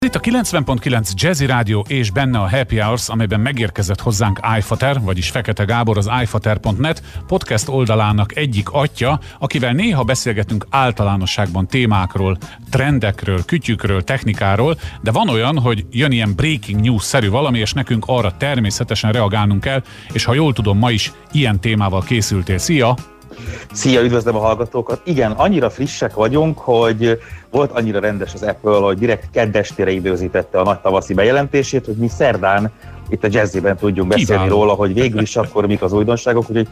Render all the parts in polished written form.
Itt a 90.9 Jazzy Rádió és benne a Happy Hours, amelyben megérkezett hozzánk Ájfater, vagyis Fekete Gábor, az iFater.net podcast oldalának egyik atya, akivel néha beszélgetünk általánosságban témákról, trendekről, kütyükről, technikáról, de van olyan, hogy jön ilyen breaking news-szerű valami, és nekünk arra természetesen reagálnunk kell, és ha jól tudom, ma is ilyen témával készültél. Szia! Szia, üdvözlöm a hallgatókat! Igen, annyira frissek vagyunk, hogy volt annyira rendes az Apple, hogy direkt kedd estére időzítette a nagy tavaszi bejelentését, hogy mi szerdán itt a Jazzyben tudjunk beszélni róla, hogy végül is akkor mik az újdonságok, úgyhogy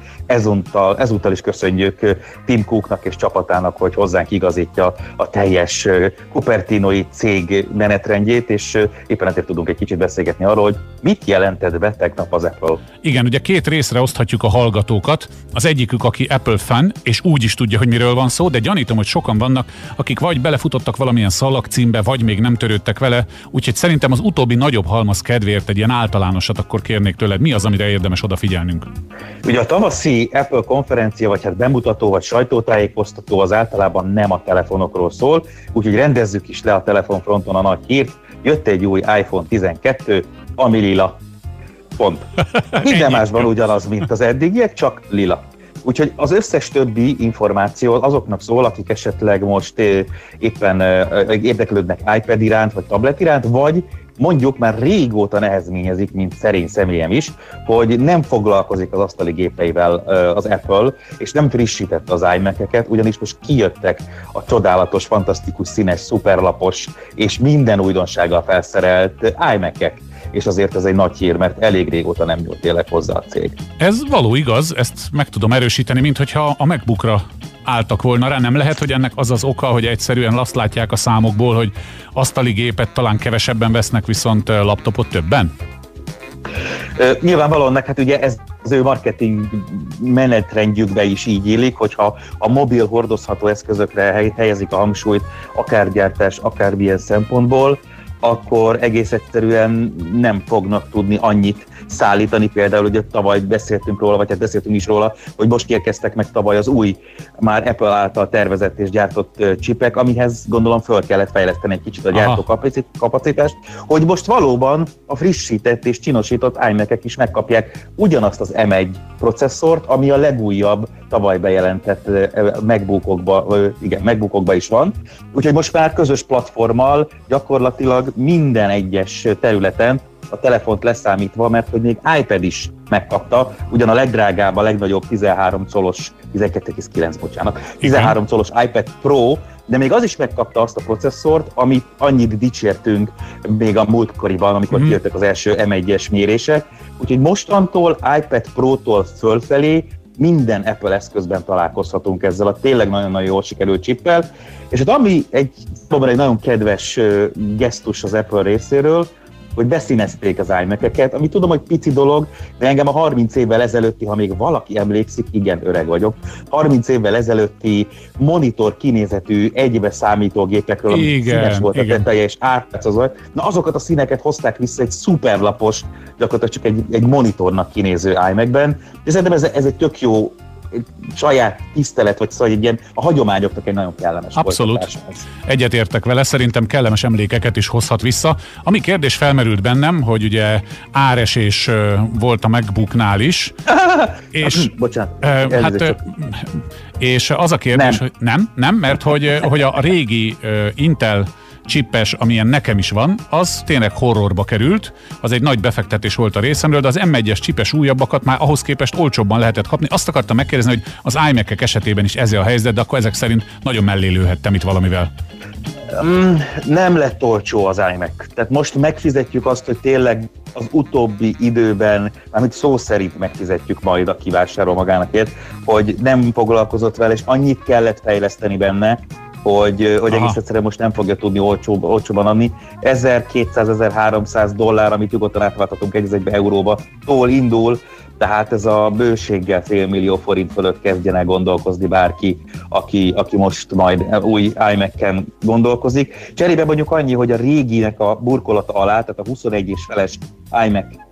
ezúttal is köszönjük Tim Cooknak és csapatának, hogy hozzánk igazítja a teljes Cupertinoi cég menetrendjét, és éppen ezért tudunk egy kicsit beszélgetni arról, hogy mit jelentett be tegnap az Apple. Igen, ugye két részre oszthatjuk a hallgatókat. Az egyikük, aki Apple fan, és úgy is tudja, hogy miről van szó, de gyanítom, hogy sokan vannak, akik vagy belefutottak valamilyen szalagcímbe, vagy még nem törődtek vele, úgyhogy szerintem az utóbbi nagyobb halmaz kedvéért egy ilyen általánosat akkor kérnék tőled. Mi az, amire érdemes odafigyelnünk? Ugye a tavaszi Apple konferencia, vagy hát bemutató, vagy sajtótájékoztató az általában nem a telefonokról szól, úgyhogy rendezzük is le a telefonfronton a nagy hírt. Jött egy új iPhone 12, ami lila. Pont. Minden másban ugyanaz, mint az eddigiek, csak lila. Úgyhogy az összes többi információ azoknak szól, akik esetleg most éppen érdeklődnek iPad iránt, vagy tablet iránt, vagy mondjuk már régóta nehezményezik, mint szerény személyem is, hogy nem foglalkozik az asztali gépeivel az Apple, és nem frissítette az iMac-eket, ugyanis most kijöttek a csodálatos, fantasztikus, színes, szuperlapos és minden újdonsággal felszerelt iMac-ek. És azért ez egy nagy hír, mert elég régóta nem nyúlt tényleg hozzá a cég. Ez való igaz, ezt meg tudom erősíteni, mint hogyha a MacBookra álltak volna rá. Nem lehet, hogy ennek az az oka, hogy egyszerűen azt látják a számokból, hogy asztali gépet talán kevesebben vesznek, viszont laptopot többen? Nyilvánvalóan, hát ugye ez az ő marketing menetrendjükbe is így illik, hogyha a mobil hordozható eszközökre helyezik a hangsúlyt, akár gyártás, akár milyen szempontból, akkor egész egyszerűen nem fognak tudni annyit szállítani. Például ugye tavaly beszéltünk róla, vagy hát beszéltünk is róla, hogy most érkeztek meg tavaly az új, már Apple által tervezett és gyártott csipek, amihez gondolom föl kellett fejleszteni egy kicsit a gyártó kapacitást, hogy most valóban a frissített és csinosított iMac-ek is megkapják ugyanazt az M1 processzort, ami a legújabb, tavaly bejelentett MacBookokba is van. Úgyhogy most már közös platformmal gyakorlatilag minden egyes területen, a telefont leszámítva, mert hogy még iPad is megkapta, ugyan a legdrágább, a legnagyobb 13 colos iPad Pro, de még az is megkapta azt a processzort, amit annyit dicsértünk még a múltkoriban, amikor kijöttek az első M1-es mérések. Úgyhogy mostantól iPad Pro-tól fölfelé minden Apple eszközben találkozhatunk ezzel a tényleg nagyon-nagyon jól sikerült csippel. És hát ami egy nagyon kedves gesztus az Apple részéről, hogy beszínezték az iMac-eket, ami tudom, hogy pici dolog, de engem a 30 évvel ezelőtti, ha még valaki emlékszik, igen, öreg vagyok, 30 évvel ezelőtti monitor kinézetű egybe számítógépekről, ami színes volt a teteje és átlátszott, na azokat a színeket hozták vissza egy szuperlapos, gyakorlatilag csak egy monitornak kinéző iMac-ben, de szerintem ez egy tök jó saját tisztelet, vagy szóval egy ilyen a hagyományoknak egy nagyon kellemes. Abszolút. Egyetértek vele, szerintem kellemes emlékeket is hozhat vissza. Ami kérdés felmerült bennem, hogy ugye áresés volt a MacBooknál is. És, bocsánat. És az a kérdés, hogy nem, mert hogy a régi Intel csippes, amilyen nekem is van, az tényleg horrorba került, az egy nagy befektetés volt a részemről, de az M1-es csipes újabbakat már ahhoz képest olcsóbban lehetett kapni. Azt akartam megkérdezni, hogy az iMac-ek esetében is ez a helyzet, de akkor ezek szerint nagyon mellé lőhettem itt valamivel. Nem lett olcsó az iMac. Tehát most megfizetjük azt, hogy tényleg az utóbbi időben, mármint szó szerint megfizetjük majd a kivásárol magának, hogy nem foglalkozott vele, és annyit kellett fejleszteni benne, hogy egész egyszerűen most nem fogja tudni olcsóban adni. $1200-1300, amit nyugodtan átváltatunk egy euróba, tól indul, tehát ez a bőséggel $500 000 fölött kezdjen el gondolkozni bárki, aki most majd új iMac-en gondolkozik. Cserébe mondjuk annyi, hogy a réginek a burkolata alá, tehát a 21 és feles iMac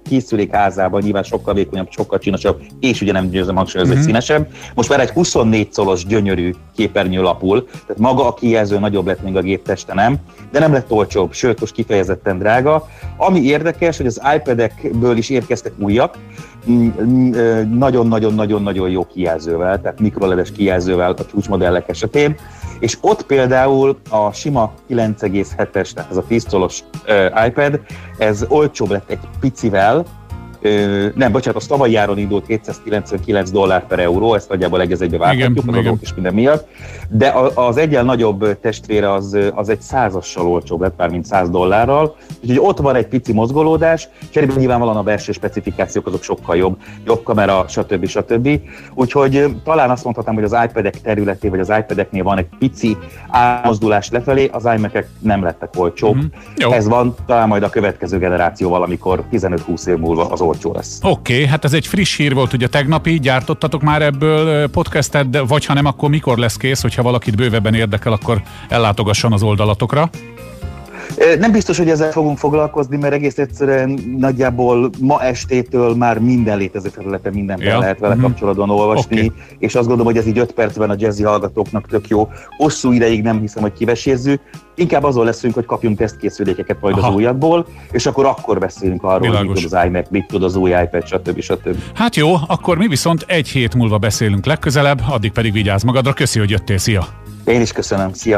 készülék házában nyilván sokkal vékonyabb, sokkal csinosabb, és ugye nem győzöm hangsúlyozni, hogy színesebb. Most már egy 24 colos gyönyörű képernyő lapul, tehát maga a kijelző nagyobb lett, még a gépteste nem, de nem lett olcsóbb, sőt, most kifejezetten drága. Ami érdekes, hogy az iPad-ekből is érkeztek újak, nagyon-nagyon-nagyon-nagyon jó kijelzővel, tehát mikroledes kijelzővel a csúcsmodellek esetén, és ott például a sima 9,7-es, tehát ez a 10 colos iPad, ez olcsóbb lett egy picivel, az tavalyi áron indult $299 per euró, ezt nagyjából egy egybe válthatjuk, az adók és minden miatt, de az egyen nagyobb testvére az egy 100-assal olcsóbb lett, már mint $100, úgyhogy ott van egy pici mozgolódás, cserébe nyilvánvalóan a belső specifikációk azok sokkal jobb kamera, stb. Úgyhogy talán azt mondhatnám, hogy az iPad-ek területén, vagy az iPad-eknél van egy pici elmozdulás lefelé, az iMac-ek nem lettek olcsóbb. Ez van talán majd a következő generációval, amikor 15-20 év múlva az olcsó lesz. Oké, hát ez egy friss hír volt ugye tegnapi, gyártottatok már ebből podcastet, vagy ha nem, akkor mikor lesz kész, hogyha valakit bővebben érdekel, akkor ellátogasson az oldalatokra. Nem biztos, hogy ezzel fogunk foglalkozni, mert egész egyszerűen nagyjából ma estétől már minden létező felületen mindenben lehet vele kapcsolatban olvasni, és azt gondolom, hogy ez így 5 percben a jazzy hallgatóknak tök jó. Hosszú ideig nem hiszem, hogy kivesézzük. Inkább azon leszünk, hogy kapjunk tesztkészülékeket majd az újakból, és akkor beszélünk arról, hogy mit tud az iMac, mit tud az új iPad, stb. Hát jó, akkor mi viszont egy hét múlva beszélünk legközelebb, addig pedig vigyázz magadra. Köszi, hogy jöttél, szia! Én is köszönöm, szia!